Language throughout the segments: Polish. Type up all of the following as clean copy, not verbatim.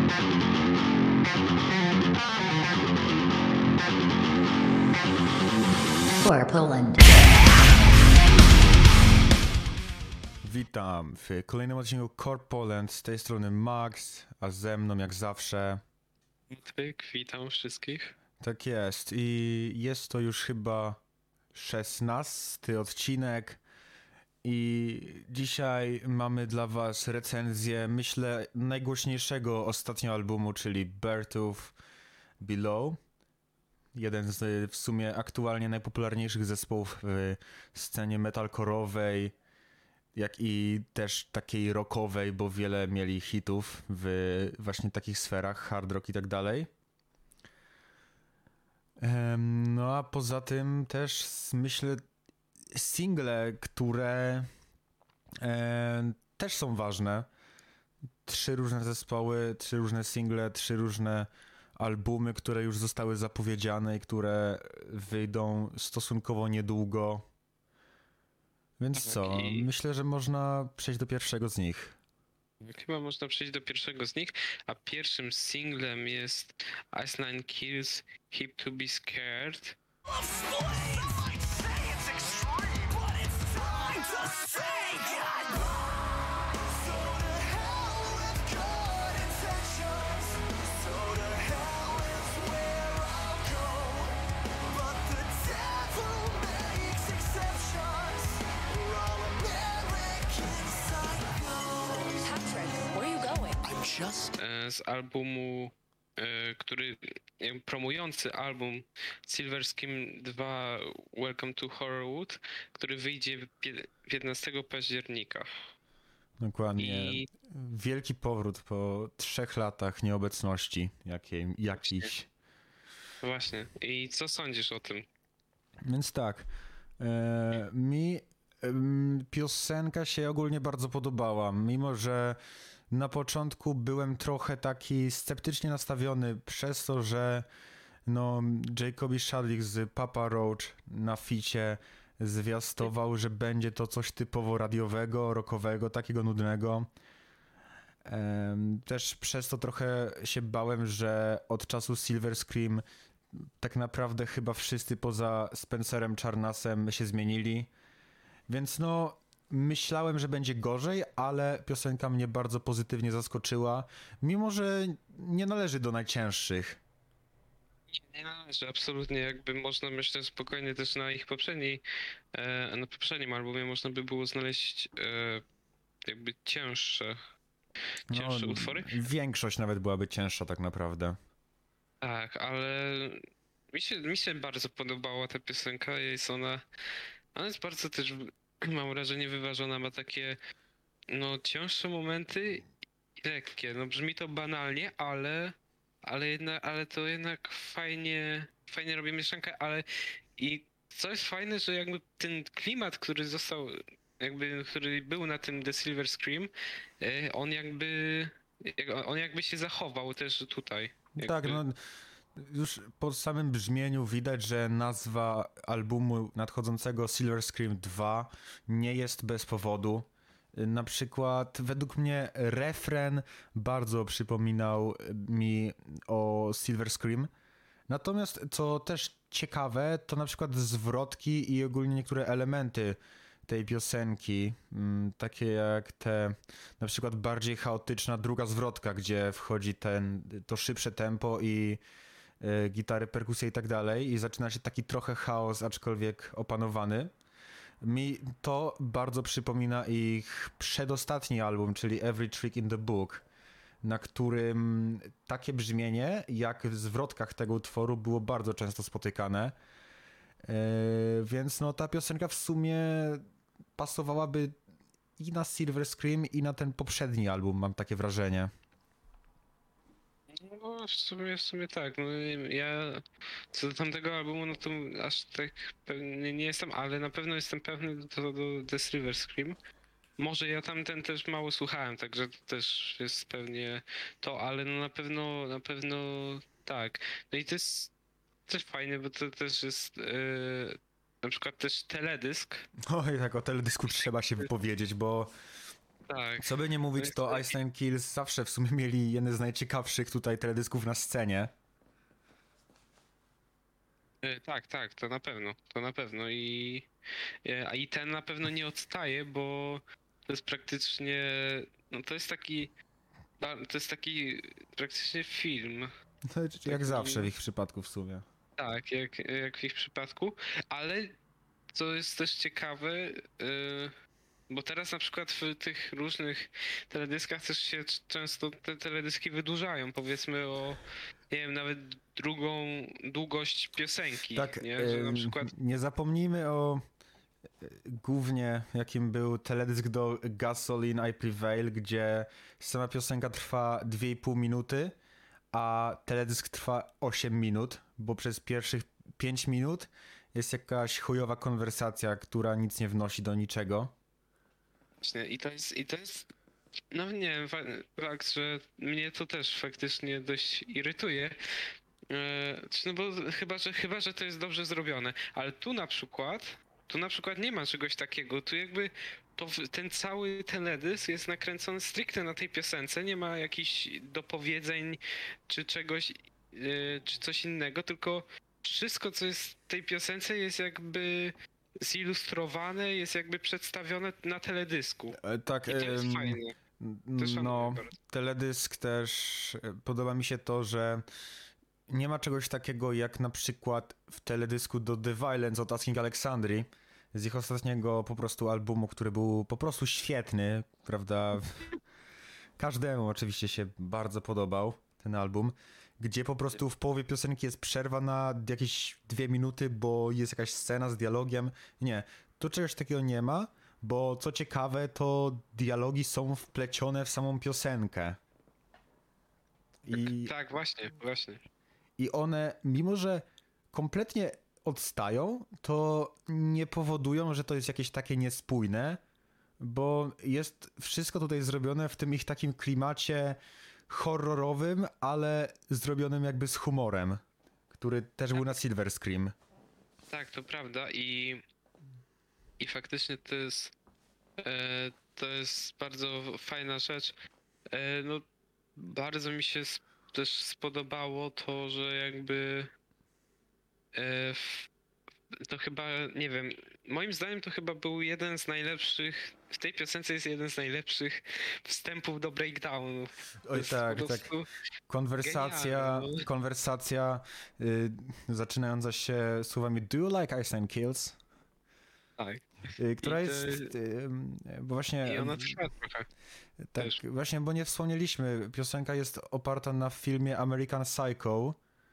For Poland. Witam w kolejnym odcinku Core Poland, z tej strony Max, a ze mną jak zawsze... Witam wszystkich. Tak jest i jest to już chyba 16 odcinek i dzisiaj mamy dla was recenzję, myślę, najgłośniejszego ostatnio albumu, czyli Birth of Below. Jeden z w sumie aktualnie najpopularniejszych zespołów w scenie metalcore'owej, jak i też takiej rockowej, bo wiele mieli hitów w właśnie takich sferach, hard rock i tak dalej. No a poza tym też myślę single, które też są ważne. 3 różne zespoły, 3 różne single, 3 różne albumy, które już zostały zapowiedziane i które wyjdą stosunkowo niedługo. Więc Tak, co? Myślę, że można przejść do pierwszego z nich. Chyba można przejść do pierwszego z nich, a pierwszym singlem jest Ice Nine Kills Hip to Be Scared. Z albumu, który promujący album Silver Scream 2 Welcome to Horrorwood, który wyjdzie 15 października. Dokładnie. Wielki powrót po 3 latach nieobecności jakiejś. Właśnie. I co sądzisz o tym? Więc tak. Mi piosenka się ogólnie bardzo podobała, mimo że na początku byłem trochę taki sceptycznie nastawiony przez to, że no Jacoby Shaddix z Papa Roach na ficie zwiastował, że będzie to coś typowo radiowego, rockowego, takiego nudnego. Też przez to trochę się bałem, że od czasu Silver Scream tak naprawdę chyba wszyscy poza Spencerem Charnasem się zmienili. Więc no myślałem, że będzie gorzej, ale piosenka mnie bardzo pozytywnie zaskoczyła, mimo że nie należy do najcięższych. Nie należy, absolutnie. Jakby można, myślę, spokojnie też na poprzednim albumie można by było znaleźć jakby cięższe utwory. Większość nawet byłaby cięższa tak naprawdę. Tak, ale mi się bardzo podobała ta piosenka. Ona jest bardzo też, mam wrażenie, wyważona. Ma takie cięższe momenty i lekkie. No brzmi to banalnie, ale to jednak fajnie robi mieszankę, i co jest fajne, że jakby ten klimat, który był na tym The Silver Scream, on jakby się zachował też tutaj. Tak, no już po samym brzmieniu widać, że nazwa albumu nadchodzącego Silver Scream 2 nie jest bez powodu. Na przykład według mnie refren bardzo przypominał mi o Silver Scream. Natomiast co też ciekawe, to na przykład zwrotki i ogólnie niektóre elementy tej piosenki, takie jak na przykład bardziej chaotyczna druga zwrotka, gdzie wchodzi to szybsze tempo i gitary, perkusja i tak dalej i zaczyna się taki trochę chaos, aczkolwiek opanowany. Mi to bardzo przypomina ich przedostatni album, czyli Every Trick in the Book, na którym takie brzmienie, jak w zwrotkach tego utworu, było bardzo często spotykane. Więc no ta piosenka w sumie pasowałaby i na Silver Scream, i na ten poprzedni album, mam takie wrażenie. No w sumie tak. No, ja co do tamtego albumu, no to aż tak pewnie nie jestem, ale na pewno jestem pewny do The Silver Scream. Może ja tamten też mało słuchałem, także to też jest pewnie to, ale no na pewno tak. No i to jest też fajne, bo to też jest na przykład też teledysk. Oj, tak o teledysku trzeba się wypowiedzieć, bo Tak. Co by nie mówić, to Ice Nine Kills zawsze w sumie mieli jeden z najciekawszych tutaj teledysków na scenie. Tak, tak, to na pewno i ten na pewno nie odstaje, bo to jest praktycznie, no to jest taki praktycznie film, To jak taki, zawsze w ich przypadku w sumie. tak, jak w ich przypadku, ale co jest też ciekawe, bo teraz na przykład w tych różnych teledyskach też się często te teledyski wydłużają, powiedzmy o, nie wiem, nawet drugą długość piosenki, Tak, nie? Że na przykład nie zapomnijmy o głównie jakim był teledysk do Gasoline I Prevail, gdzie sama piosenka trwa 2,5 minuty, a teledysk trwa 8 minut, bo przez pierwszych 5 minut jest jakaś chujowa konwersacja, która nic nie wnosi do niczego. właśnie i to jest no nie wiem, fakt, że mnie to też faktycznie dość irytuje. No bo chyba, że to jest dobrze zrobione, ale tu na przykład nie ma czegoś takiego. Tu jakby ten cały teledysk jest nakręcony stricte na tej piosence, nie ma jakichś dopowiedzeń czy czegoś, czy coś innego, tylko wszystko, co jest w tej piosence jest jakby zilustrowane, jest jakby przedstawione na teledysku. Tak, I to jest fajne. To szanuję no, bardzo. teledysk też podoba mi się to, że nie ma czegoś takiego jak na przykład w teledysku do The Violence od Asking Alexandrii z ich ostatniego po prostu albumu, który był po prostu świetny, prawda? Każdemu oczywiście się bardzo podobał ten album, gdzie po prostu w połowie piosenki jest przerwa na jakieś 2 minuty, bo jest jakaś scena z dialogiem. Nie, tu czegoś takiego nie ma, bo co ciekawe, to dialogi są wplecione w samą piosenkę. Tak, właśnie. I one, mimo że kompletnie odstają, to nie powodują, że to jest jakieś takie niespójne, bo jest wszystko tutaj zrobione w tym ich takim klimacie horrorowym, ale zrobionym jakby z humorem, który też był na Silver Scream. Tak, to prawda i faktycznie to jest bardzo fajna rzecz. No, bardzo mi się też spodobało to, że jakby to chyba, nie wiem, moim zdaniem to chyba był jeden z najlepszych, w tej piosence jest jeden z najlepszych wstępów do breakdownów. To Oj jest tak, po tak. prostu genialne, no. Konwersacja zaczynająca się słowami "Do you like Ice and Kills?" Tak. Która I to- jest, bo właśnie... I ona trwa trochę. Tak, też. właśnie, bo nie wspomnieliśmy, piosenka jest oparta na filmie American Psycho.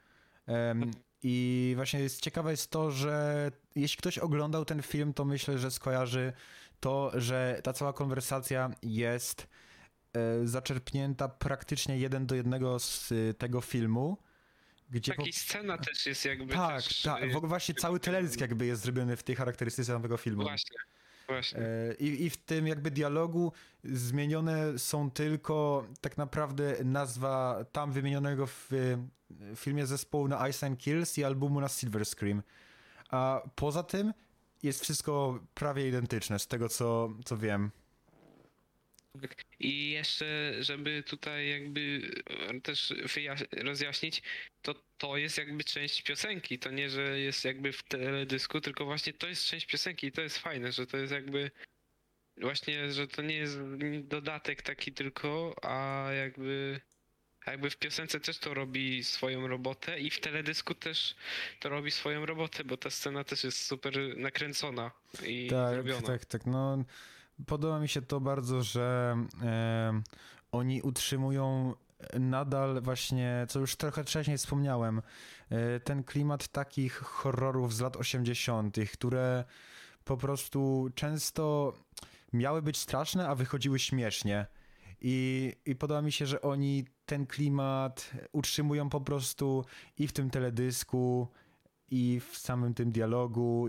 I właśnie ciekawe jest to, że jeśli ktoś oglądał ten film, to myślę, że skojarzy to, że ta cała konwersacja jest zaczerpnięta praktycznie 1:1 z tego filmu, gdzie Tak, i scena też jest jakby tak, też... tak, w ogóle właśnie cały teledysk jakby jest zrobiony w tej charakterystyce tego filmu. Właśnie. I w tym jakby dialogu zmienione są tylko tak naprawdę nazwa tam wymienionego w filmie zespołu na Ice and Kills i albumu na Silver Scream. A poza tym jest wszystko prawie identyczne z tego co wiem. Tak. I jeszcze, żeby tutaj jakby też rozjaśnić, to jest jakby część piosenki. To nie, że jest jakby w teledysku, tylko właśnie to jest część piosenki i to jest fajne, że to jest jakby właśnie, że to nie jest dodatek taki tylko, a jakby w piosence też to robi swoją robotę i w teledysku też to robi swoją robotę, bo ta scena też jest super nakręcona i zrobiona. Tak, no podoba mi się to bardzo, że oni utrzymują nadal właśnie, co już trochę wcześniej wspomniałem, ten klimat takich horrorów z lat 80., które po prostu często miały być straszne, a wychodziły śmiesznie. I podoba mi się, że oni ten klimat utrzymują po prostu i w tym teledysku, i w samym tym dialogu,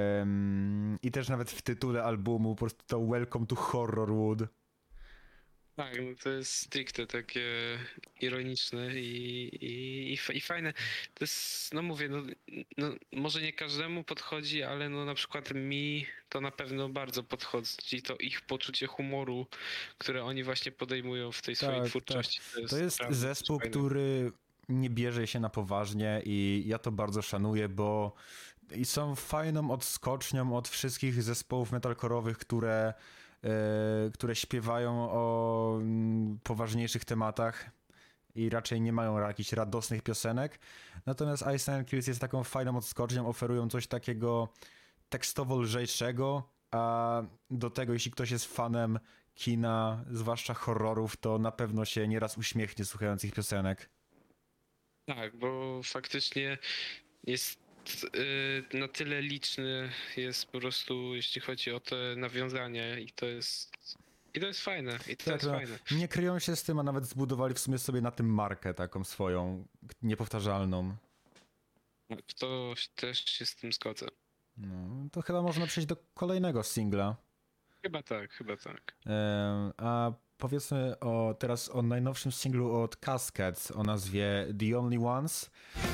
i też nawet w tytule albumu po prostu to Welcome to Horrorwood. Tak, no to jest stricte takie ironiczne i fajne. To jest, no mówię, no może nie każdemu podchodzi, ale no na przykład mi to na pewno bardzo podchodzi, to ich poczucie humoru, które oni właśnie podejmują w tej swojej Tak, tak. twórczości. To jest naprawdę zespół, fajne. który nie bierze się na poważnie i ja to bardzo szanuję, bo i są fajną odskocznią od wszystkich zespołów metalcore'owych, które śpiewają o poważniejszych tematach i raczej nie mają jakichś radosnych piosenek. Natomiast Ice and Kills jest taką fajną odskocznią, oferują coś takiego tekstowo lżejszego, a do tego, jeśli ktoś jest fanem kina, zwłaszcza horrorów, to na pewno się nieraz uśmiechnie słuchając ich piosenek. Tak, bo faktycznie jest na tyle liczny jest po prostu, jeśli chodzi o te nawiązania i to jest fajne, i to Tak, jest no, fajne. nie kryją się z tym, a nawet zbudowali w sumie sobie na tym markę taką swoją, niepowtarzalną. Tak, to też się z tym zgodzę. No, to chyba można przejść do kolejnego singla. Chyba tak, chyba tak. A powiedzmy teraz o najnowszym singlu od Cascades o nazwie The Only Ones.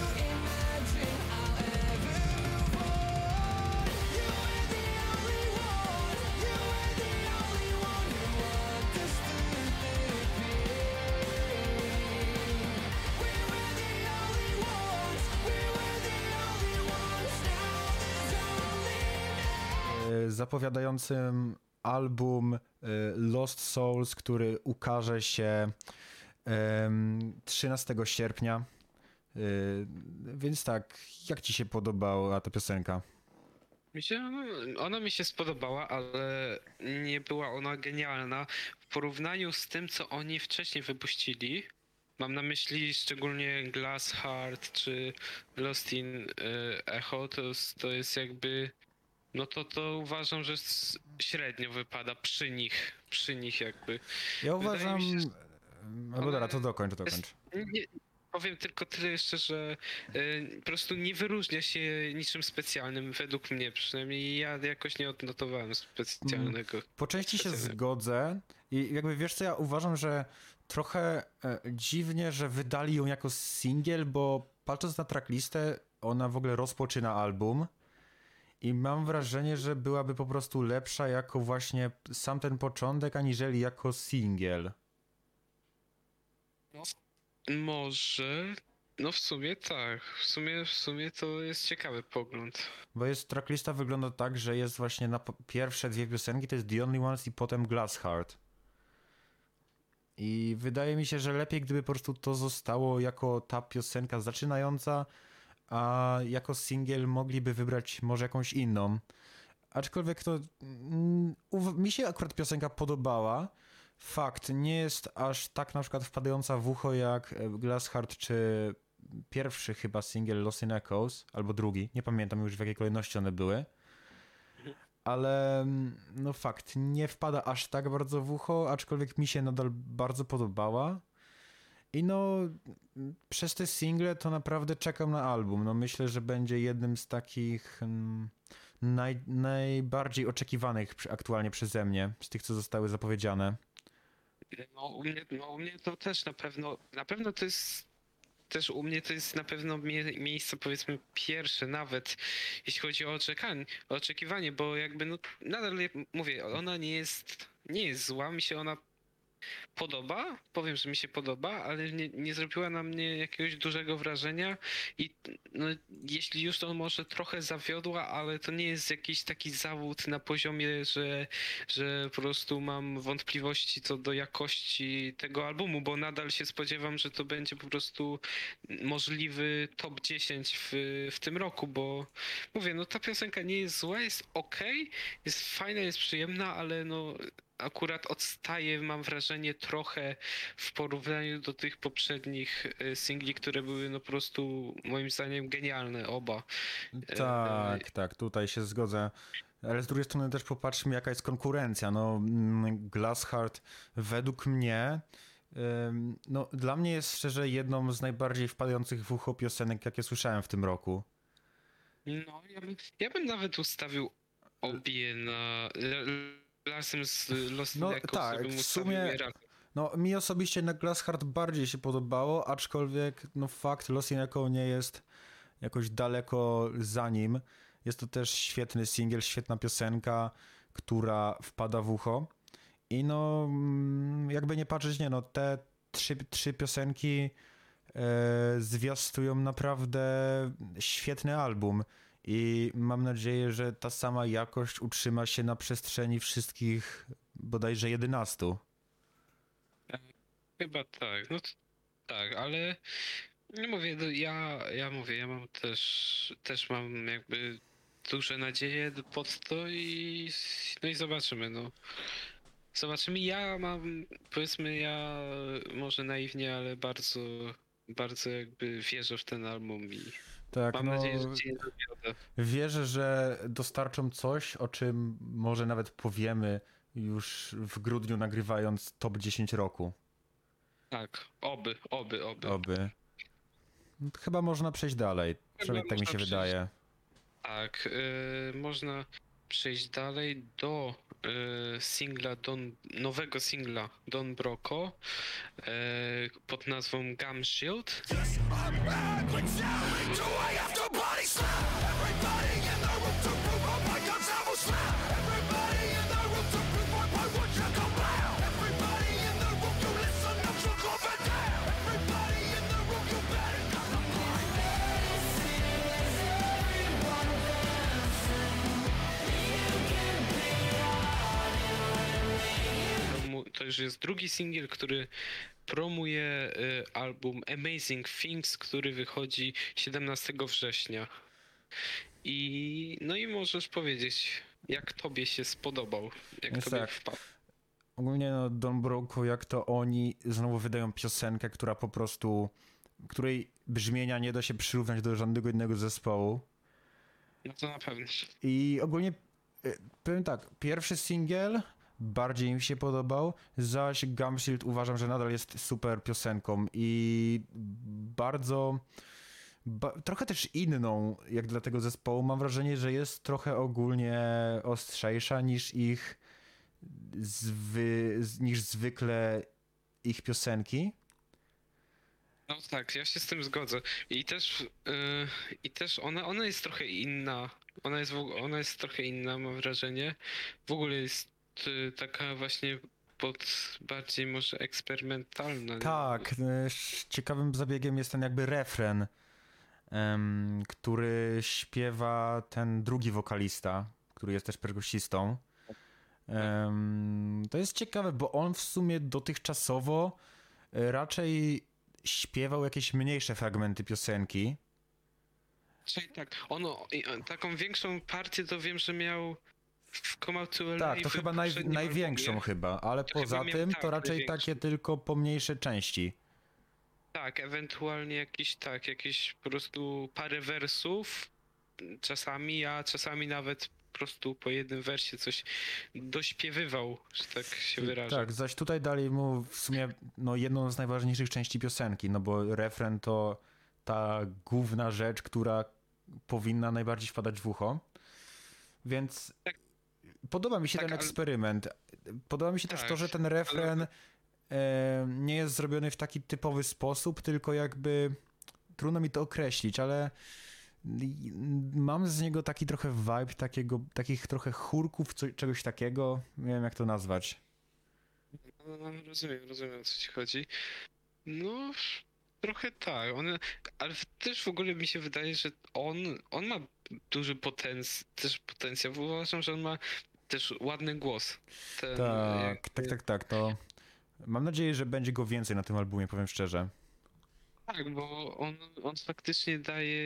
Zapowiadającym album Lost Souls, który ukaże się 13 sierpnia. Więc tak, jak ci się podobała ta piosenka? Ona mi się spodobała, ale nie była ona genialna w porównaniu z tym, co oni wcześniej wypuścili. Mam na myśli szczególnie Glass Heart czy Lost in Echo. To jest jakby. No to uważam, że średnio wypada przy nich jakby. Ja Wydaje uważam... mi się, że Albo dobra, to dokończ. nie, powiem tylko tyle jeszcze, że po prostu nie wyróżnia się niczym specjalnym, według mnie przynajmniej. Ja jakoś nie odnotowałem specjalnego. Po części się specjalnego. zgodzę i jakby wiesz co, ja uważam, że trochę dziwnie, że wydali ją jako singiel, bo patrząc na tracklistę, ona w ogóle rozpoczyna album i mam wrażenie, że byłaby po prostu lepsza jako właśnie sam ten początek, aniżeli jako singiel. Może. No w sumie tak. W sumie to jest ciekawy pogląd. Bo tracklista wygląda tak, że jest właśnie na pierwsze dwie piosenki, to jest The Only Ones i potem Glass Heart. I wydaje mi się, że lepiej gdyby po prostu to zostało jako ta piosenka zaczynająca, a jako singiel mogliby wybrać może jakąś inną. Aczkolwiek to mi się akurat piosenka podobała. Fakt, nie jest aż tak na przykład wpadająca w ucho jak Glass Heart czy pierwszy chyba singiel Lost in Echoes, albo drugi, nie pamiętam już w jakiej kolejności one były. Ale no fakt, nie wpada aż tak bardzo w ucho, aczkolwiek mi się nadal bardzo podobała. I no, przez te single to naprawdę czekam na album. No myślę, że będzie jednym z takich najbardziej oczekiwanych aktualnie przeze mnie, z tych, co zostały zapowiedziane. No u mnie to też na pewno to jest też u mnie to jest na pewno miejsce powiedzmy pierwsze nawet, jeśli chodzi o oczekiwanie, bo jakby no nadal mówię, ona nie jest zła, mi się ona podoba, powiem, że mi się podoba, ale nie zrobiła na mnie jakiegoś dużego wrażenia i no, jeśli już to może trochę zawiodła, ale to nie jest jakiś taki zawód na poziomie, że po prostu mam wątpliwości co do jakości tego albumu, bo nadal się spodziewam, że to będzie po prostu możliwy top 10 w tym roku, bo mówię, no ta piosenka nie jest zła, jest okej, jest fajna, jest przyjemna, ale no akurat odstaje, mam wrażenie, trochę w porównaniu do tych poprzednich singli, które były no po prostu moim zdaniem genialne, oba. Tak, tutaj się zgodzę. Ale z drugiej strony też popatrzmy, jaka jest konkurencja. No, Glass Heart według mnie, no dla mnie jest szczerze jedną z najbardziej wpadających w ucho piosenek, jakie słyszałem w tym roku. No, ja bym nawet ustawił obie razem z Lost in No Echoes, tak, bym w ustawił sumie je razem. No, mi osobiście na Glassheart bardziej się podobało, aczkolwiek no fakt, Lost in Echo nie jest jakoś daleko za nim. Jest to też świetny singiel, świetna piosenka, która wpada w ucho. I no, jakby nie patrzeć, nie no, te trzy piosenki zwiastują naprawdę świetny album. I mam nadzieję, że ta sama jakość utrzyma się na przestrzeni wszystkich bodajże 11. Chyba tak, no tak, ale nie mówię, no ja mam też mam jakby duże nadzieje pod to i zobaczymy, no. Zobaczymy, ja mam, powiedzmy, ja może naiwnie, ale bardzo jakby wierzę w ten album i Tak, mam no nadzieję, że cię nie zawiodę. wierzę, że dostarczą coś, o czym może nawet powiemy już w grudniu nagrywając top 10 roku. Tak, oby. Oby. No, to chyba można przejść dalej, przynajmniej tak mi się można przejść. wydaje. Tak, można przejść dalej do singla nowego singla Don Broco pod nazwą Gum Shield. To już jest drugi singiel, który promuje album Amazing Things, który wychodzi 17 września. No i możesz powiedzieć, jak tobie się spodobał, jak Jest tobie tak. wpadł. Ogólnie no, Don Broco, jak to oni znowu wydają piosenkę, która po prostu, której brzmienia nie da się przyrównać do żadnego innego zespołu. No to na pewno. I ogólnie powiem tak, pierwszy singiel bardziej mi się podobał, zaś Gum Shield uważam, że nadal jest super piosenką i bardzo trochę też inną jak dla tego zespołu. Mam wrażenie, że jest trochę ogólnie ostrzejsza niż niż zwykle ich piosenki. No tak, ja się z tym zgodzę. I też ona jest trochę inna. Ona jest trochę inna, mam wrażenie. W ogóle jest taka właśnie bardziej może eksperymentalna. Tak, ciekawym zabiegiem jest ten jakby refren, który śpiewa ten drugi wokalista, który jest też perkusistą. To jest ciekawe, bo on w sumie dotychczasowo raczej śpiewał jakieś mniejsze fragmenty piosenki. Czyli tak, taką większą partię to wiem, że miał w Come Out to LA. Tak, to w chyba poprzednim największą albumie. chyba, ale To poza chyba miał, tym tak, to raczej największą. takie tylko pomniejsze części. Tak, ewentualnie jakieś po prostu parę wersów czasami, a czasami nawet po prostu po jednym wersie coś dośpiewywał, że tak się wyrażę. Tak, zaś tutaj dali mu w sumie no, jedną z najważniejszych części piosenki, no bo refren to ta główna rzecz, która powinna najbardziej wpadać w ucho. Więc Tak. podoba mi się Tak, ten ale- eksperyment. Podoba mi się też Tak, to, że ten refren nie jest zrobiony w taki typowy sposób, tylko jakby trudno mi to określić, ale mam z niego taki trochę vibe takich trochę chórków, czegoś takiego. Nie wiem jak to nazwać. No, rozumiem o co ci chodzi. No, trochę tak, ale też w ogóle mi się wydaje, że on ma duży potencjał. Uważam, że on ma też ładny głos. Tak. To mam nadzieję, że będzie go więcej na tym albumie, powiem szczerze. Tak, bo on faktycznie daje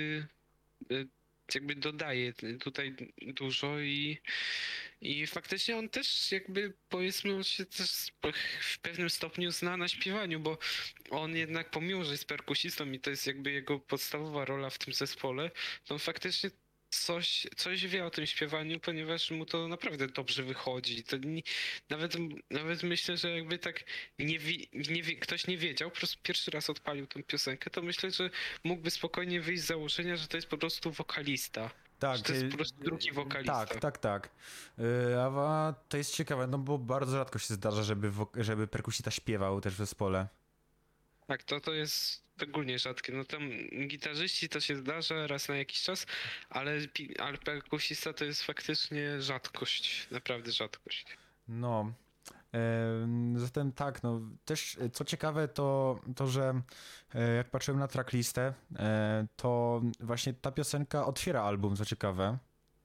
jakby dodaje tutaj dużo i faktycznie on też jakby powiedzmy on się też w pewnym stopniu zna na śpiewaniu, bo on jednak pomimo, że jest perkusistą i to jest jakby jego podstawowa rola w tym zespole, to on faktycznie coś wie o tym śpiewaniu, ponieważ mu to naprawdę dobrze wychodzi. Nawet myślę, że jakby tak ktoś nie wiedział, po prostu pierwszy raz odpalił tę piosenkę, to myślę, że mógłby spokojnie wyjść z założenia, że to jest po prostu wokalista. Tak, Że to jest po prostu drugi wokalista. Tak. A to jest ciekawe, no bo bardzo rzadko się zdarza, żeby perkusista śpiewał też w zespole. Tak, to jest szczególnie rzadkie. No tam gitarzyści to się zdarza raz na jakiś czas, ale perkusista to jest faktycznie rzadkość, naprawdę rzadkość. No, zatem tak, no też co ciekawe to że jak patrzyłem na tracklistę, to właśnie ta piosenka otwiera album, co ciekawe.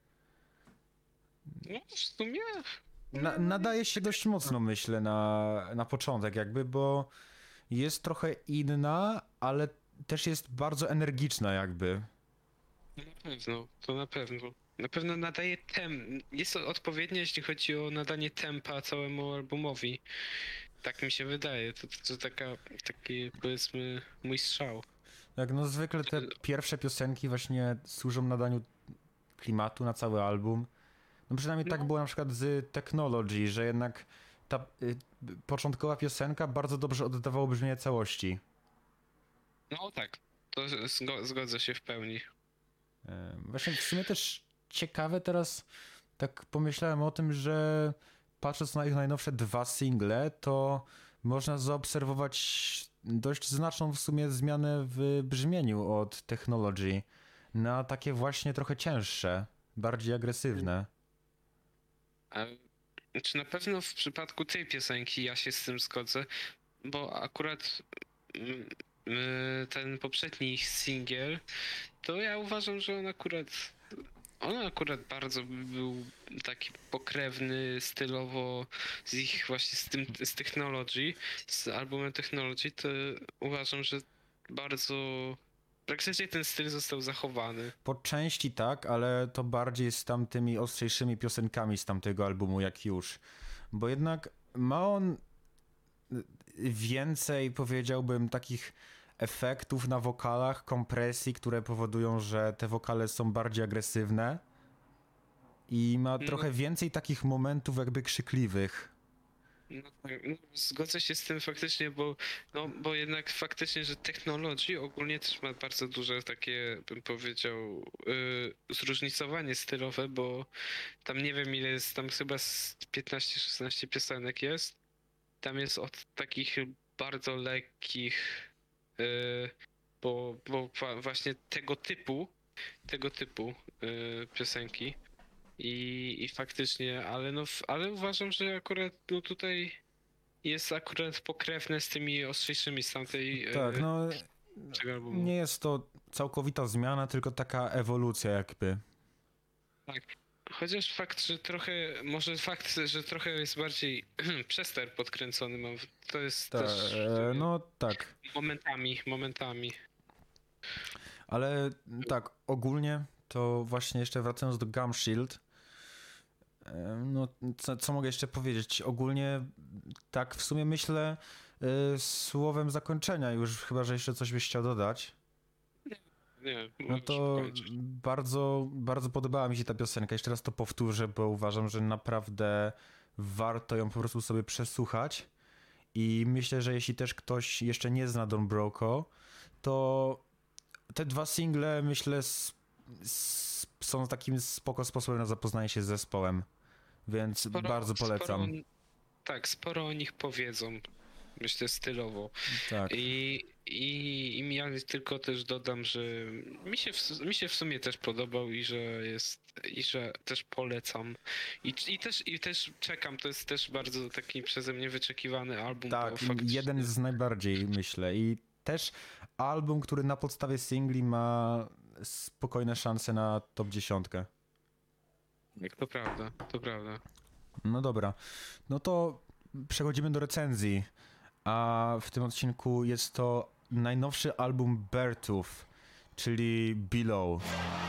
No w sumie... Nadaje się dość mocno, myślę, na początek jakby, bo jest trochę inna, ale też jest bardzo energiczna jakby. Na pewno, to na pewno. Na pewno nadaje jest odpowiednia, jeśli chodzi o nadanie tempa całemu albumowi. Tak mi się wydaje. To taki, powiedzmy, mój strzał. Jak no zwykle te pierwsze piosenki właśnie służą nadaniu klimatu na cały album. No przynajmniej tak było na przykład z Technology, że jednak ta początkowa piosenka bardzo dobrze oddawała brzmienie całości. No tak, to zgodzę się w pełni. Właśnie w sumie też ciekawe teraz, tak pomyślałem o tym, że patrząc na ich najnowsze 2 single, to można zaobserwować dość znaczną w sumie zmianę w brzmieniu od Technology na takie właśnie trochę cięższe, bardziej agresywne. Czy na pewno w przypadku tej piosenki ja się z tym zgodzę, bo akurat ten poprzedni ich singiel, to ja uważam, że on akurat bardzo był taki pokrewny stylowo z ich właśnie z Technology, z albumem Technology, to uważam, że bardzo praktycznie ten styl został zachowany. Po części tak, ale to bardziej z tamtymi ostrzejszymi piosenkami z tamtego albumu jak już. Bo jednak ma on więcej, powiedziałbym, takich efektów na wokalach, kompresji, które powodują, że te wokale są bardziej agresywne i ma trochę więcej takich momentów jakby krzykliwych. No tak, no, zgodzę się z tym faktycznie, bo jednak faktycznie, że Technology ogólnie też ma bardzo duże takie, bym powiedział, zróżnicowanie stylowe, bo tam nie wiem ile jest, tam chyba z 15-16 piosenek jest. Tam jest od takich bardzo lekkich, właśnie tego typu piosenki. I faktycznie, ale uważam, że akurat no tutaj jest akurat pokrewne z tymi ostrzejszymi z tamtej Tak, no albumu. nie jest to całkowita zmiana, tylko taka ewolucja jakby. Tak. Chociaż fakt, że trochę jest bardziej przester podkręcony, to jest też no tak. momentami. Ale tak, ogólnie to właśnie jeszcze wracając do Gum Shield, no co mogę jeszcze powiedzieć? Ogólnie tak w sumie myślę słowem zakończenia już, chyba że jeszcze coś byś chciał dodać. Nie, No to bardzo, bardzo podobała mi się ta piosenka. Jeszcze raz to powtórzę, bo uważam, że naprawdę warto ją po prostu sobie przesłuchać. I myślę, że jeśli też ktoś jeszcze nie zna Don Broco, to te 2 single, myślę, są takim spoko sposobem na zapoznanie się z zespołem. Więc bardzo polecam. Sporo o nich powiedzą. Myślę stylowo. Tak. I ja tylko też dodam, że mi się w sumie też podobał i że też polecam. I też czekam, to jest też bardzo taki przeze mnie wyczekiwany album. Tak, jeden z najbardziej, myślę. I też album, który na podstawie singli ma spokojne szanse na top 10. To prawda, to prawda. No dobra, no to przechodzimy do recenzji. A w tym odcinku jest to najnowszy album Beartooth, czyli Below.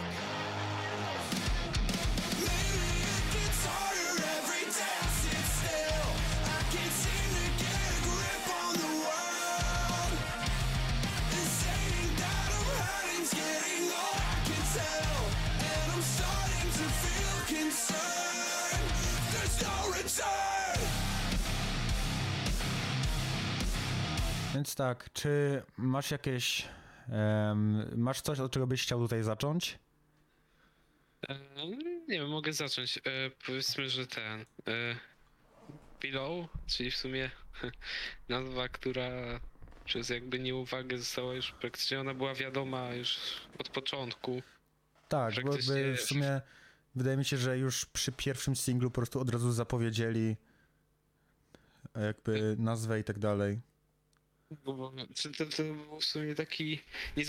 Więc tak, czy masz masz coś, od czego byś chciał tutaj zacząć? Nie wiem, mogę zacząć. Powiedzmy, że Pillow, czyli w sumie nazwa, która przez jakby nieuwagę została już praktycznie, ona była wiadoma już od początku. Tak, bo jakby Praktycznie w sumie wydaje mi się, że już przy pierwszym singlu po prostu od razu zapowiedzieli jakby nazwę i tak dalej. to był w sumie taki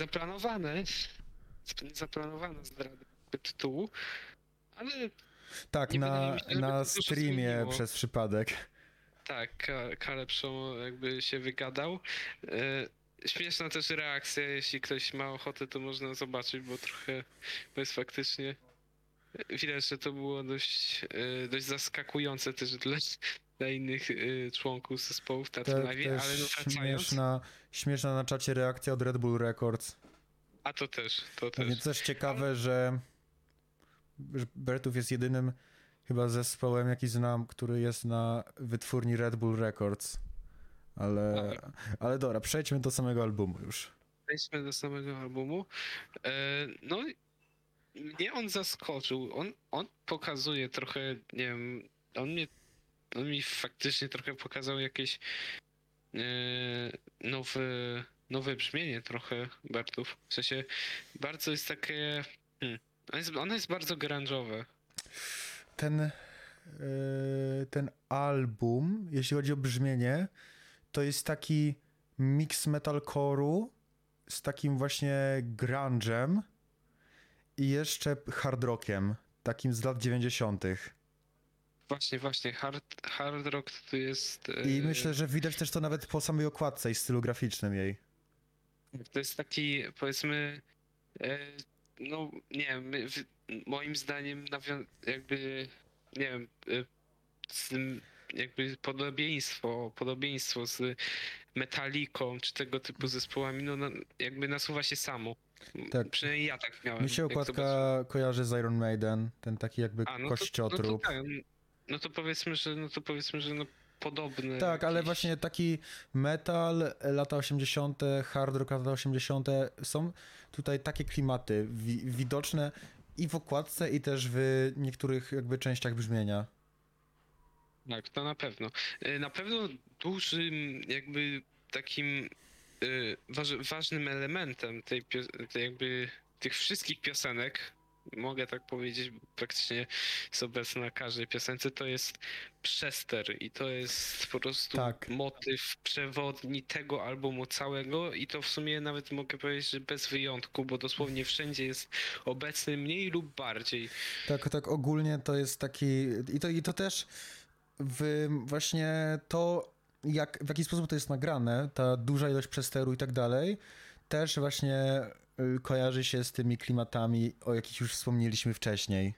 niezaplanowana zdrada tytułu, ale Tak, nie wydaje mi się, żeby na to dużo streamie zmieniło. przez przypadek. Tak, Caleb Show jakby się wygadał. Śmieszna też reakcja, jeśli ktoś ma ochotę, to można zobaczyć, bo jest faktycznie widać, że to było dość zaskakujące też dla innych członków zespołów Teatru Tak, Na'vi, też ale no wracając, śmieszna na czacie reakcja od Red Bull Records. a to też. Pewnie też ciekawe, że Bertów jest jedynym chyba zespołem, jaki znam, który jest na wytwórni Red Bull Records. Ale dobra, przejdźmy do samego albumu już. Przejdźmy do samego albumu. No, mnie on zaskoczył. On pokazuje trochę, nie wiem, on mi faktycznie trochę pokazał jakieś e, nowe, nowe brzmienie trochę Bartów. W sensie bardzo jest takie. Ono jest bardzo grunge'owe. Ten album, jeśli chodzi o brzmienie, to jest taki mix metalcore'u z takim właśnie grunge'em i jeszcze hard rockiem, takim z lat 90. Właśnie, hard rock to jest. I myślę, że widać też to nawet po samej okładce i stylu graficznym jej. To jest taki, powiedzmy, e, no nie wiem, moim zdaniem jakby, nie wiem, z tym jakby podobieństwo z Metaliką czy tego typu zespołami, jakby nasuwa się samo. Tak. Przynajmniej ja tak miałem. Mi się jak okładka zobaczyłem. kojarzy z Iron Maiden, ten taki jakby A, kościotrup. no to powiedzmy, że no podobne. Tak, ale jakieś- właśnie taki metal, lata 80., hard rock lata 80. są tutaj takie klimaty widoczne i w okładce, i też w niektórych jakby częściach brzmienia. Tak, to na pewno. Na pewno dużym jakby takim ważnym elementem tej jakby tych wszystkich piosenek, mogę tak powiedzieć, praktycznie jest obecny na każdej piosence, to jest przester i to jest po prostu Tak. motyw przewodni tego albumu całego i to w sumie nawet mogę powiedzieć, że bez wyjątku, bo dosłownie wszędzie jest obecny mniej lub bardziej. Tak ogólnie to jest taki... I to też właśnie to, w jaki sposób to jest nagrane, ta duża ilość przesteru i tak dalej, też właśnie kojarzy się z tymi klimatami, o jakich już wspomnieliśmy wcześniej.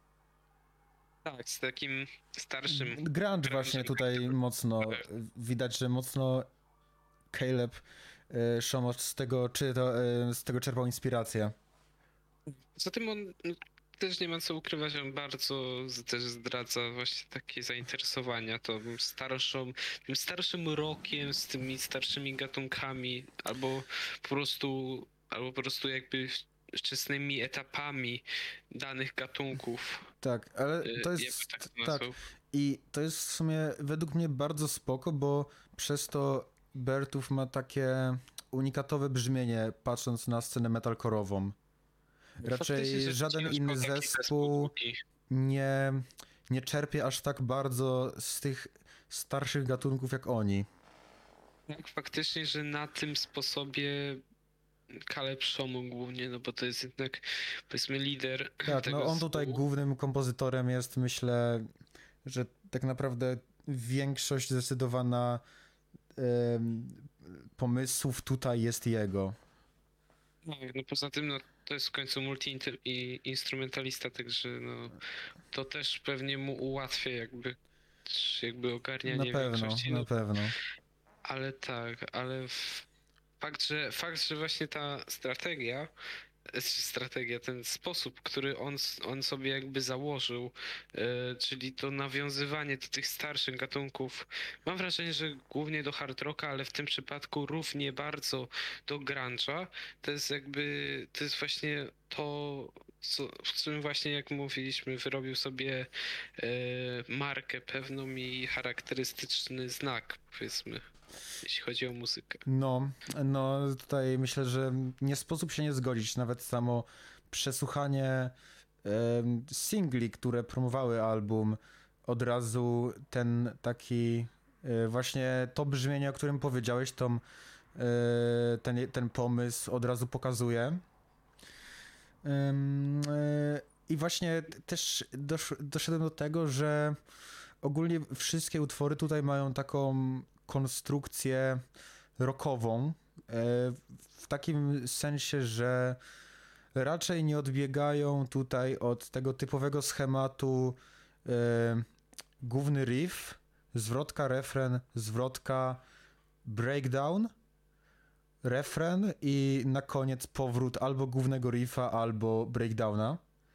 Tak, z takim starszym. Grunge właśnie tutaj mocno, widać, że mocno Caleb Shomoff z tego czerpał inspirację. Poza tym on też nie ma co ukrywać, on bardzo też zdradza właśnie takie zainteresowania tym starszym rockiem, z tymi starszymi gatunkami, albo po prostu jakby wczesnymi etapami danych gatunków. Tak, ale to jakby jest, tak to tak, nazwał. i to jest w sumie według mnie bardzo spoko, bo przez to Bertów ma takie unikatowe brzmienie, patrząc na scenę metalcore'ową. Faktycznie, Raczej że żaden ciężko inny taki zespół drugi. nie czerpie aż tak bardzo z tych starszych gatunków jak oni. Tak, faktycznie, że na tym sposobie Caleb Shomu głównie, no bo to jest jednak, powiedzmy, lider Tak, tego no on tutaj zespołu. głównym kompozytorem jest, myślę, że tak naprawdę większość zdecydowana pomysłów tutaj jest jego. No poza tym, no to jest w końcu multi-instrumentalista, także no to też pewnie mu ułatwia jakby ogarnianie większości. Na pewno. Ale tak, fakt, że właśnie ta strategia strategia, ten sposób, który on sobie jakby założył, czyli to nawiązywanie do tych starszych gatunków. Mam wrażenie, że głównie do hard rocka, ale w tym przypadku równie bardzo do grunge'a. To jest jakby, to jest właśnie to, w czym właśnie, jak mówiliśmy, wyrobił sobie markę pewną i charakterystyczny znak, powiedzmy, jeśli chodzi o muzykę. No tutaj myślę, że nie sposób się nie zgodzić. Nawet samo przesłuchanie singli, które promowały album, od razu ten taki właśnie to brzmienie, o którym powiedziałeś, ten pomysł od razu pokazuje. I właśnie też doszedłem do tego, że ogólnie wszystkie utwory tutaj mają taką konstrukcję rockową, w takim sensie, że raczej nie odbiegają tutaj od tego typowego schematu główny riff, zwrotka, refren, zwrotka, breakdown, refren i na koniec powrót albo głównego riffa, albo breakdowna.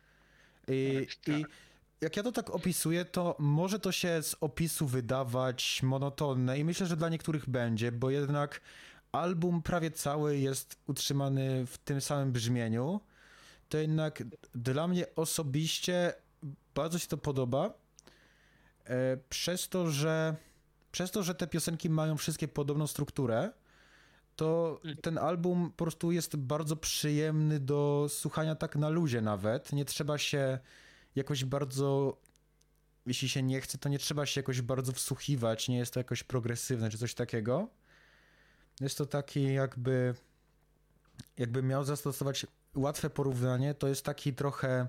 I jak ja to tak opisuję, to może to się z opisu wydawać monotonne i myślę, że dla niektórych będzie, bo jednak album prawie cały jest utrzymany w tym samym brzmieniu. To jednak dla mnie osobiście bardzo się to podoba, przez to, że te piosenki mają wszystkie podobną strukturę, to ten album po prostu jest bardzo przyjemny do słuchania tak na luzie nawet. Nie trzeba się jakoś bardzo, jeśli się nie chce, to nie trzeba się jakoś bardzo wsłuchiwać, nie jest to jakoś progresywne czy coś takiego. Jest to taki jakby miał zastosować łatwe porównanie, to jest taki trochę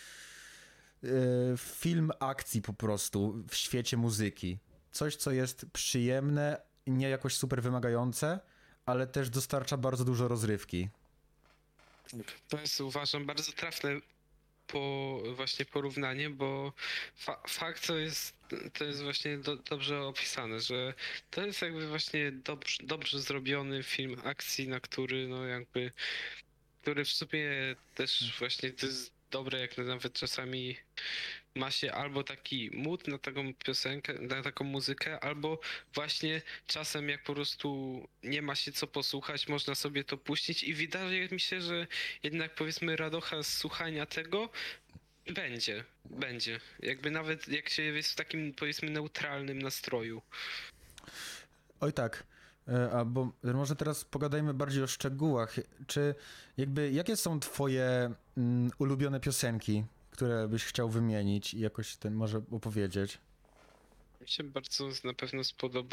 film akcji po prostu w świecie muzyki. Coś, co jest przyjemne, nie jakoś super wymagające, ale też dostarcza bardzo dużo rozrywki. To jest, uważam, bardzo trafne właśnie porównanie, bo fakt to jest właśnie dobrze opisane, że to jest jakby właśnie dobrze zrobiony film akcji, na który no jakby, który w sumie też właśnie to jest dobre, jak nawet czasami ma się albo taki mood na taką piosenkę, na taką muzykę, albo właśnie czasem jak po prostu nie ma się co posłuchać, można sobie to puścić i wydaje mi się, że jednak powiedzmy radocha z słuchania tego będzie. Jakby nawet jak się jest w takim powiedzmy neutralnym nastroju. Oj tak, bo może teraz pogadajmy bardziej o szczegółach. Jakie są twoje ulubione piosenki, które byś chciał wymienić i jakoś może opowiedzieć? Mi się bardzo na pewno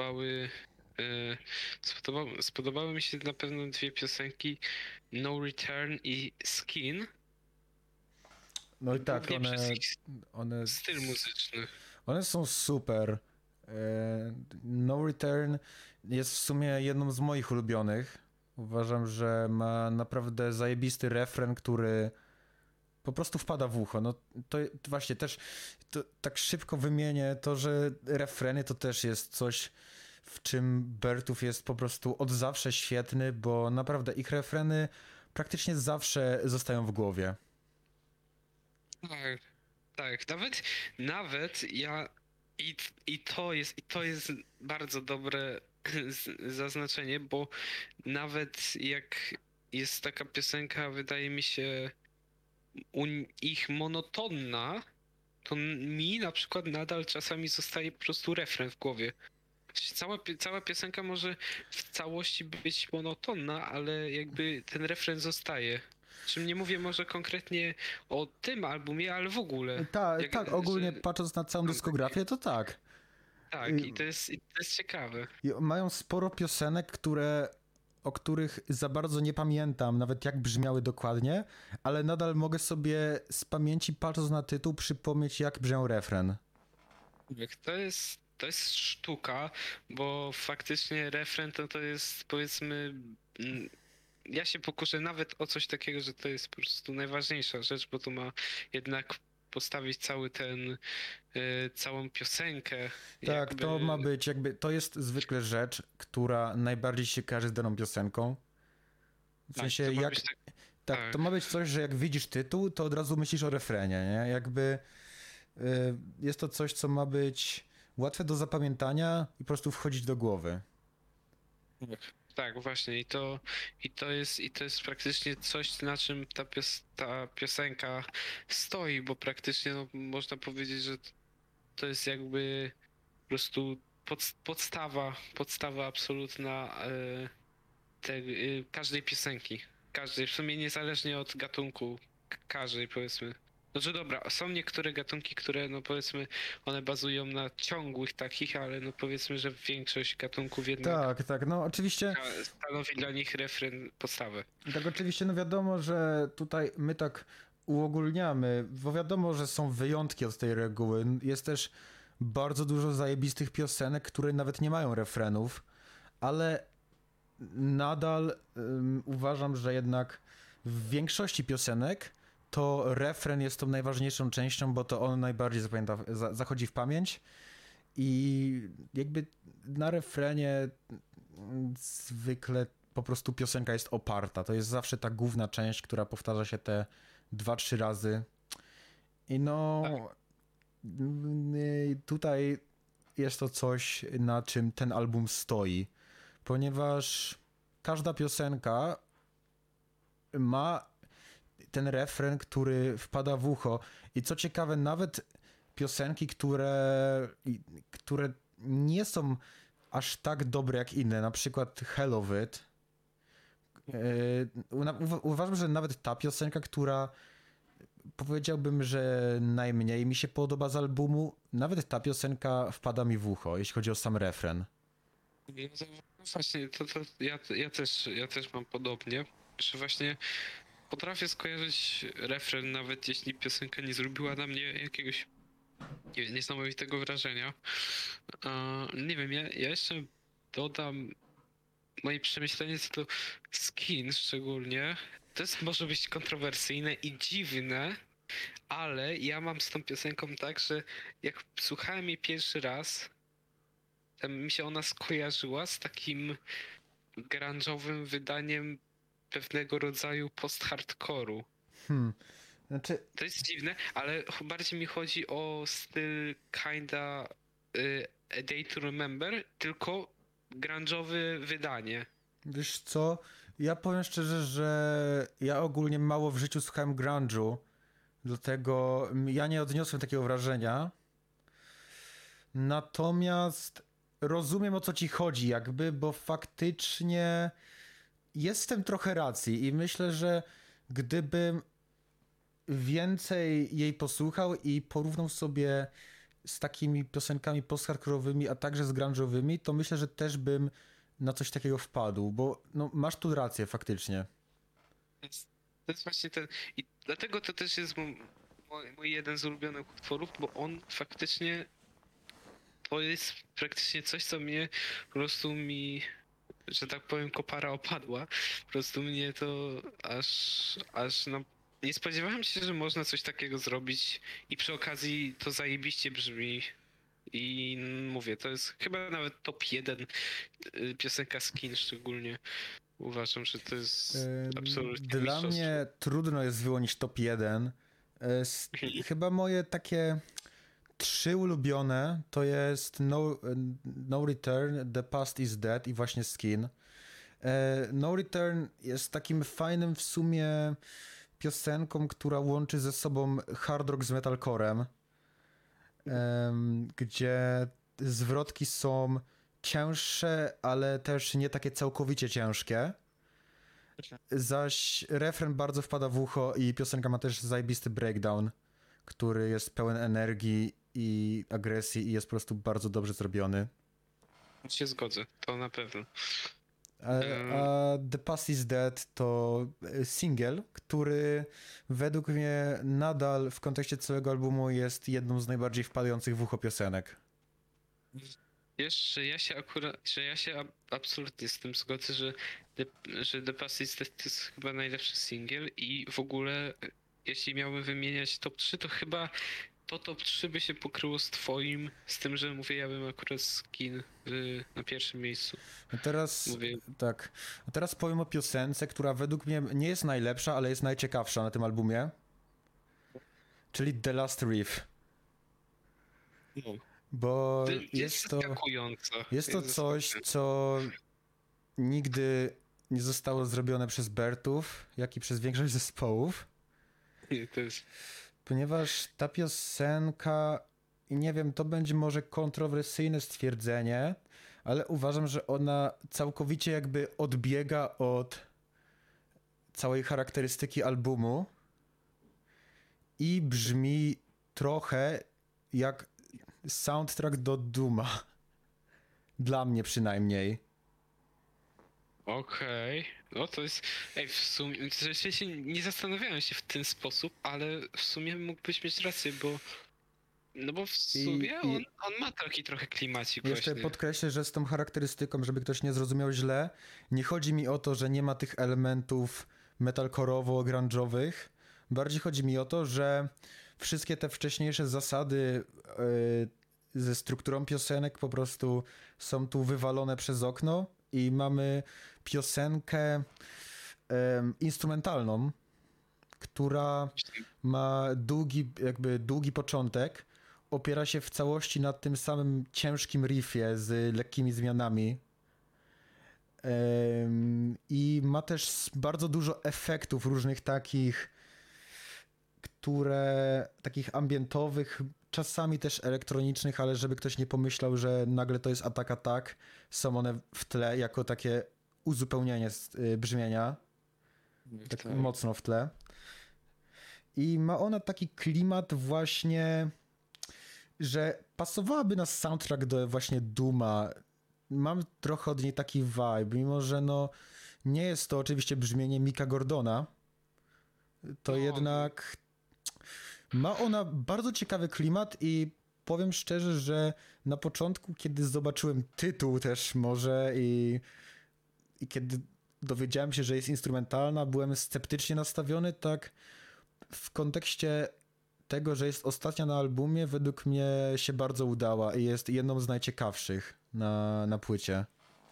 spodobały mi się na pewno dwie piosenki No Return i Skin. No i tak, Głównie przez ich one styl muzyczny. One są super. No Return jest w sumie jedną z moich ulubionych. Uważam, że ma naprawdę zajebisty refren, który po prostu wpada w ucho. No to właśnie też tak szybko wymienię to, że refreny to też jest coś, w czym Bertów jest po prostu od zawsze świetny, bo naprawdę ich refreny praktycznie zawsze zostają w głowie. Tak. Nawet ja to jest bardzo dobre zaznaczenie, bo nawet jak jest taka piosenka, wydaje mi się ich monotonna, to mi na przykład nadal czasami zostaje po prostu refren w głowie. Cała piosenka może w całości być monotonna, ale jakby ten refren zostaje. Czym nie mówię może konkretnie o tym albumie, ale w ogóle. Tak, ogólnie patrząc na całą dyskografię, to tak. Tak, i to jest ciekawe. Mają sporo piosenek, o których za bardzo nie pamiętam, nawet jak brzmiały dokładnie, ale nadal mogę sobie z pamięci, patrząc na tytuł, przypomnieć, jak brzmiał refren. To jest sztuka, bo faktycznie refren to jest powiedzmy... Ja się pokuszę nawet o coś takiego, że to jest po prostu najważniejsza rzecz, bo to ma jednak postawić całą piosenkę. Tak, to ma być to jest zwykle rzecz, która najbardziej się kojarzy z daną piosenką. W sensie Tak, to ma być coś, że jak widzisz tytuł, to od razu myślisz o refrenie, nie? Jakby jest to coś, co ma być łatwe do zapamiętania i po prostu wchodzić do głowy. Tak, właśnie i to jest praktycznie coś, na czym ta piosenka stoi, bo praktycznie no, można powiedzieć, że to jest jakby po prostu podstawa absolutna każdej piosenki. Każdej, w sumie niezależnie od gatunku, każdej powiedzmy. Znaczy dobra, są niektóre gatunki, które no powiedzmy one bazują na ciągłych takich, ale no powiedzmy, że większość gatunków jednak Tak, no oczywiście, stanowi dla nich refren podstawę. tak oczywiście, no wiadomo, że tutaj my tak uogólniamy, bo wiadomo, że są wyjątki od tej reguły. Jest też bardzo dużo zajebistych piosenek, które nawet nie mają refrenów, ale nadal uważam, że jednak w większości piosenek to refren jest tą najważniejszą częścią, bo to on najbardziej zachodzi w pamięć i jakby na refrenie zwykle po prostu piosenka jest oparta. To jest zawsze ta główna część, która powtarza się te 2-3 razy. I no tutaj jest to coś, na czym ten album stoi, ponieważ każda piosenka ma ten refren, który wpada w ucho. I co ciekawe, nawet piosenki, które nie są aż tak dobre jak inne, na przykład Hell of It. Uważam, że nawet ta piosenka, która powiedziałbym, że najmniej mi się podoba z albumu, nawet ta piosenka wpada mi w ucho, jeśli chodzi o sam refren. No właśnie, ja też mam podobnie, że właśnie potrafię skojarzyć refren, nawet jeśli piosenka nie zrobiła na mnie jakiegoś niesamowitego wrażenia. Nie wiem, ja jeszcze dodam moje przemyślenie co do Skin szczególnie. To jest może być kontrowersyjne i dziwne, ale ja mam z tą piosenką tak, że jak słuchałem jej pierwszy raz, to mi się ona skojarzyła z takim grunge'owym wydaniem pewnego rodzaju post-hardcore'u. Znaczy, To jest dziwne, ale bardziej mi chodzi o styl kinda A Day to Remember, tylko grunge'owe wydanie. wiesz co, ja powiem szczerze, że ja ogólnie mało w życiu słuchałem grunge'u, dlatego ja nie odniosłem takiego wrażenia. Natomiast rozumiem, o co ci chodzi jakby, bo faktycznie jest w tym trochę racji i myślę, że gdybym więcej jej posłuchał i porównał sobie z takimi piosenkami post-hardcore'owymi, a także z grunge'owymi, to myślę, że też bym na coś takiego wpadł, bo no, masz tu rację faktycznie. To jest właśnie ten. I dlatego to też jest mój jeden z ulubionych utworów, bo on faktycznie to jest praktycznie coś, co mnie po prostu że tak powiem, kopara opadła. Po prostu mnie to aż no, nie spodziewałem się, że można coś takiego zrobić i przy okazji to zajebiście brzmi. I mówię, to jest chyba nawet top 1 piosenka Skin szczególnie. Uważam, że to jest absolutnie Dla mistrzostwo. mnie trudno jest wyłonić top 1. Chyba moje takie 3 ulubione to jest No Return, The Past is Dead i właśnie Skin. No Return jest takim fajnym w sumie piosenką, która łączy ze sobą hard rock z metalcorem, gdzie zwrotki są cięższe, ale też nie takie całkowicie ciężkie. Zaś refren bardzo wpada w ucho i piosenka ma też zajebisty breakdown, który jest pełen energii i agresji i jest po prostu bardzo dobrze zrobiony. Się zgodzę, to na pewno. A The Past is Dead to singiel, który według mnie nadal w kontekście całego albumu jest jedną z najbardziej wpadających w ucho piosenek. Wiesz, że ja się absolutnie z tym zgodzę, że The Past is Dead to jest chyba najlepszy singiel i w ogóle jeśli miałbym wymieniać top 3, to chyba to top 3 by się pokryło z twoim, z tym, że mówię, ja bym akurat skin na pierwszym miejscu. A teraz, Mówię. tak, a teraz powiem o piosence, która według mnie nie jest najlepsza, ale jest najciekawsza na tym albumie. Czyli The Last Reef. No. Bo Jest zaskakująca. jest to coś, zaskakująca. co nigdy nie zostało zrobione przez Bertów, jak i przez większość zespołów. To jest... Ponieważ ta piosenka, i nie wiem, to będzie może kontrowersyjne stwierdzenie, ale uważam, że ona całkowicie jakby odbiega od całej charakterystyki albumu i brzmi trochę jak soundtrack do Dooma. Dla mnie przynajmniej. Okej. No to jest... Ej, w sumie... W sensie nie zastanawiałem się w ten sposób, ale w sumie mógłbyś mieć rację, bo... No bo w sumie on ma taki trochę klimacik Jeszcze właśnie. podkreślę, że z tą charakterystyką, żeby ktoś nie zrozumiał źle, nie chodzi mi o to, że nie ma tych elementów metalkorowo-grunge'owych. Bardziej chodzi mi o to, że wszystkie te wcześniejsze zasady ze strukturą piosenek po prostu są tu wywalone przez okno i mamy piosenkę instrumentalną, która ma długi początek, opiera się w całości na tym samym ciężkim riffie z lekkimi zmianami. I ma też bardzo dużo efektów różnych takich ambientowych, czasami też elektronicznych, ale żeby ktoś nie pomyślał, że nagle to jest atak, są one w tle jako takie uzupełnienie brzmienia, tak mocno w tle. I ma ona taki klimat właśnie, że pasowałaby na soundtrack do właśnie Dooma. Mam trochę od niej taki vibe, mimo że no nie jest to oczywiście brzmienie Micka Gordona, to jednak ma ona bardzo ciekawy klimat i powiem szczerze, że na początku, kiedy zobaczyłem tytuł też może i kiedy dowiedziałem się, że jest instrumentalna, byłem sceptycznie nastawiony, tak w kontekście tego, że jest ostatnia na albumie, według mnie się bardzo udała i jest jedną z najciekawszych na płycie.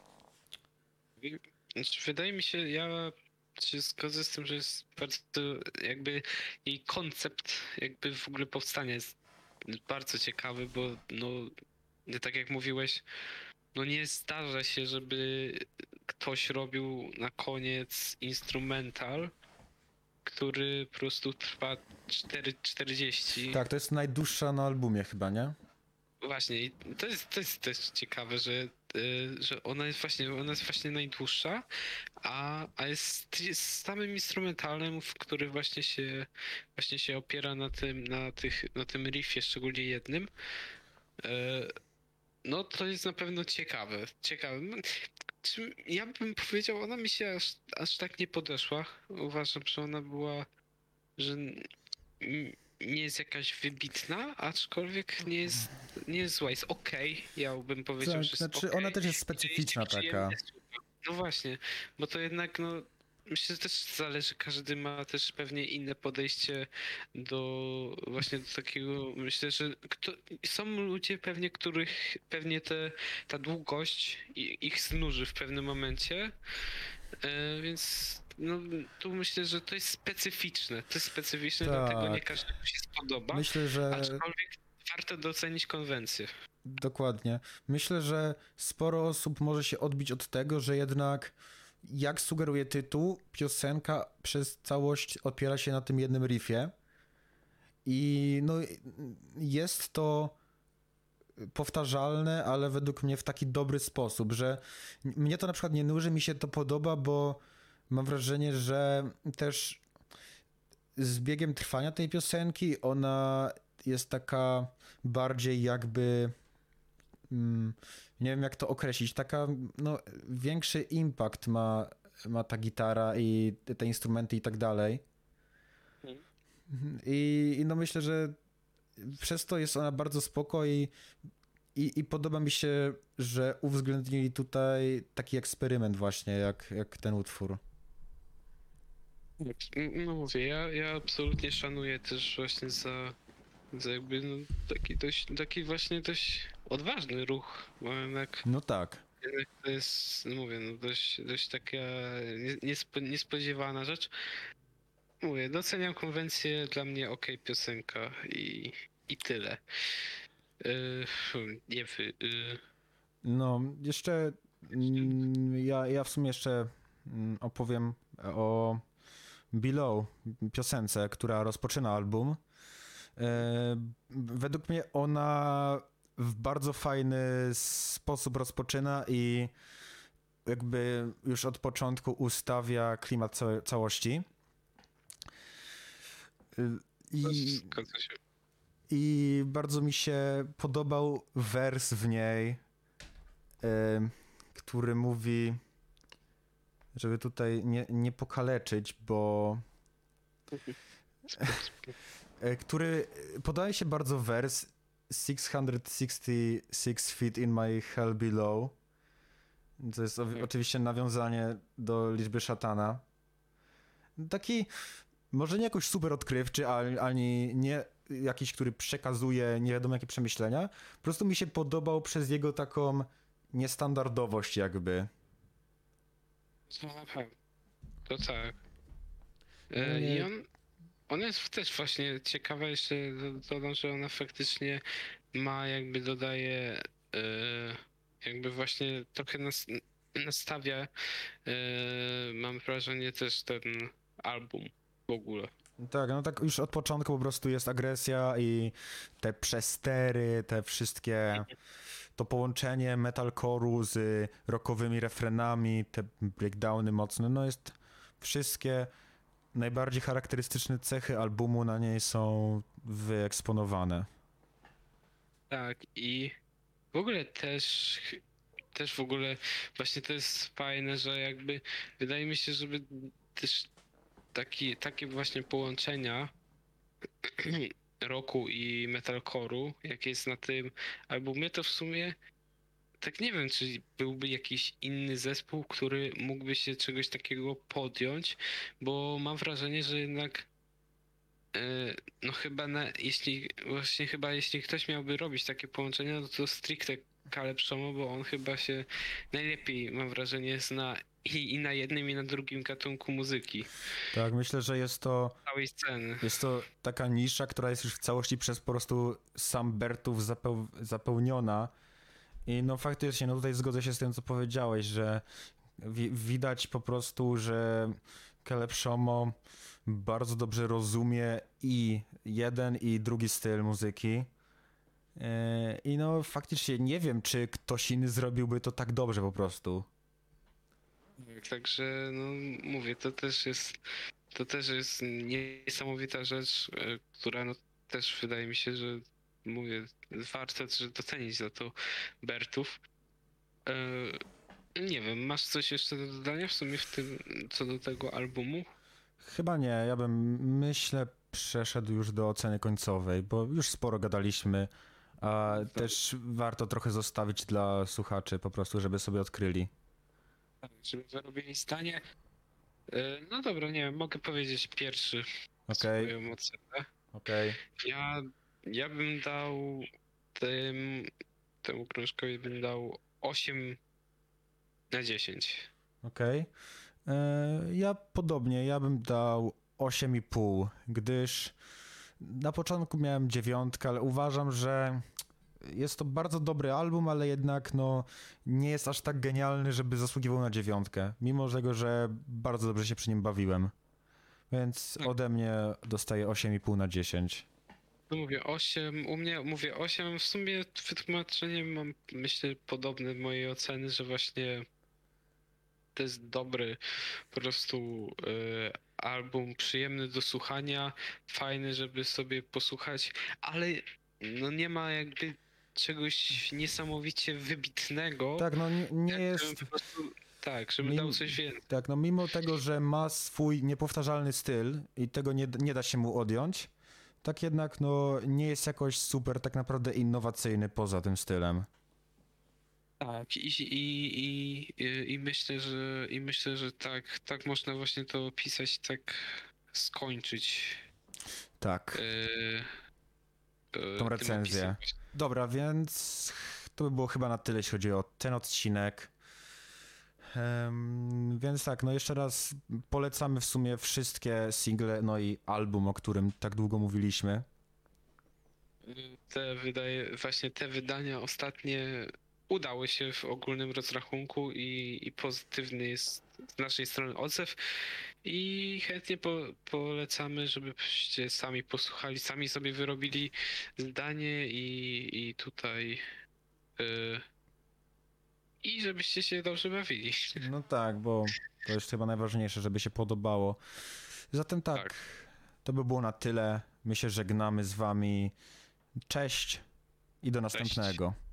Znaczy, wydaje mi się, ja się zgodzę z tym, że jest bardzo jakby jej koncept jakby w ogóle powstania jest bardzo ciekawy, bo no tak jak mówiłeś, no nie zdarza się, żeby ktoś robił na koniec instrumental, który po prostu trwa 4:40. Tak, to jest najdłuższa na albumie chyba, nie? Właśnie, i to jest też ciekawe, że ona jest właśnie najdłuższa, a jest samym instrumentalnym, w który właśnie się opiera na tym riffie, szczególnie jednym. No to jest na pewno ciekawe. No, ja bym powiedział, ona mi się aż tak nie podeszła. Uważam, że ona była, że nie jest jakaś wybitna, aczkolwiek nie jest zła. Jest okej, ja bym powiedział, Tak, że jest znaczy okej. ona też jest specyficzna taka. No właśnie, bo to jednak, no myślę, że też zależy, każdy ma też pewnie inne podejście do takiego, myślę, że są ludzie pewnie, których pewnie ta długość ich znuży w pewnym momencie, więc no tu myślę, że to jest specyficzne, dlatego nie Tak. każdemu się spodoba, Myślę, że aczkolwiek warto docenić konwencję. dokładnie. Myślę, że sporo osób może się odbić od tego, że jednak, jak sugeruje tytuł, piosenka przez całość opiera się na tym jednym riffie. I no, jest to powtarzalne, ale według mnie w taki dobry sposób, że mnie to na przykład nie nuży, mi się to podoba, bo mam wrażenie, że też z biegiem trwania tej piosenki ona jest taka bardziej jakby nie wiem jak to określić, taka no większy impact ma ta gitara i te instrumenty i tak dalej. I no myślę, że przez to jest ona bardzo spoko i podoba mi się, że uwzględnili tutaj taki eksperyment właśnie jak ten utwór. No mówię, ja absolutnie szanuję też właśnie Więc jakby no, taki właśnie dość odważny ruch, bo No tak. jednak to jest, no mówię, no dość taka niespodziewana rzecz. Mówię, doceniam konwencję, dla mnie okej piosenka i tyle. Nie wy, No, jeszcze ja w sumie jeszcze opowiem o Below, piosence, która rozpoczyna album. Według mnie ona w bardzo fajny sposób rozpoczyna i jakby już od początku ustawia klimat całości. zgadza się. I bardzo mi się podobał wers w niej, który mówi, żeby tutaj nie pokaleczyć, bo który podaje się bardzo wers 666 feet in my hell below. To jest oczywiście nawiązanie do liczby szatana. Taki może nie jakoś super odkrywczy, ani nie jakiś, który przekazuje nie wiadomo jakie przemyślenia. Po prostu mi się podobał przez jego taką niestandardowość jakby. To tak. No nie- I ona jest też właśnie ciekawa, jeszcze dodam, że ona faktycznie ma jakby dodaje jakby właśnie trochę nastawia mam wrażenie też ten album w ogóle. Tak, no tak już od początku po prostu jest agresja i te przestery, te wszystkie, to połączenie metalcore'u z rockowymi refrenami, te breakdowny mocne, no jest wszystkie najbardziej charakterystyczne cechy albumu na niej są wyeksponowane. Tak, i w ogóle też w ogóle właśnie to jest fajne, że jakby wydaje mi się, żeby też takie właśnie połączenia rocku i metalcore'u, jak jest na tym albumie, to w sumie tak nie wiem, czy byłby jakiś inny zespół, który mógłby się czegoś takiego podjąć, bo mam wrażenie, że jednak no chyba jeśli ktoś miałby robić takie połączenia, no to stricte Caleb Shomo, bo on chyba się najlepiej, mam wrażenie, zna i na jednym i na drugim gatunku muzyki, Tak, myślę, że całej sceny. jest to taka nisza, która jest już w całości przez po prostu sam Bertów zapełniona. I no faktycznie, no tutaj zgodzę się z tym, co powiedziałeś, że widać po prostu, że Caleb Shomo bardzo dobrze rozumie i jeden, i drugi styl muzyki. I no faktycznie nie wiem, czy ktoś inny zrobiłby to tak dobrze po prostu. Także no mówię, to też jest niesamowita rzecz, która no też wydaje mi się, że mówię, warto też docenić za to Bertów. Nie wiem, masz coś jeszcze do dodania w sumie w tym, co do tego albumu? Chyba nie, ja bym, myślę, przeszedł już do oceny końcowej, bo już sporo gadaliśmy, a też warto trochę zostawić dla słuchaczy po prostu, żeby sobie odkryli. Tak, żeby wyrobili zdanie. No dobra, nie wiem, mogę powiedzieć pierwszy Okej, swoją ocenę. okej. Ja bym dał temu krążkowi bym dał 8 na 10. Okej. Ja podobnie, ja bym dał 8,5, gdyż na początku miałem 9, ale uważam, że jest to bardzo dobry album, ale jednak no nie jest aż tak genialny, żeby zasługiwał na 9, mimo tego, że bardzo dobrze się przy nim bawiłem. Więc ode mnie dostaję 8,5 na 10. No mówię 8, u mnie mówię 8, w sumie wytłumaczenie mam myślę podobne do mojej oceny, że właśnie to jest dobry po prostu album, przyjemny do słuchania, fajny, żeby sobie posłuchać, ale no nie ma jakby czegoś niesamowicie wybitnego. Tak, no nie żebym jest... po prostu, tak, żeby dał coś więcej. Tak, no mimo tego, że ma swój niepowtarzalny styl i tego nie da się mu odjąć, tak jednak no nie jest jakoś super tak naprawdę innowacyjny poza tym stylem. Tak, i myślę, że tak można właśnie to opisać, tak skończyć. Tak. tą tym recenzję. opisem. Dobra, więc to by było chyba na tyle, jeśli chodzi o ten odcinek. Więc tak, no jeszcze raz polecamy w sumie wszystkie single, no i album, o którym tak długo mówiliśmy. Właśnie te wydania ostatnie udały się w ogólnym rozrachunku i pozytywny jest z naszej strony odzew i chętnie polecamy, żebyście sami posłuchali, sami sobie wyrobili zdanie i tutaj i żebyście się dobrze bawili. No tak, bo to jest chyba najważniejsze, żeby się podobało. Zatem tak, Tak. to by było na tyle. My się żegnamy z wami. Cześć i do następnego.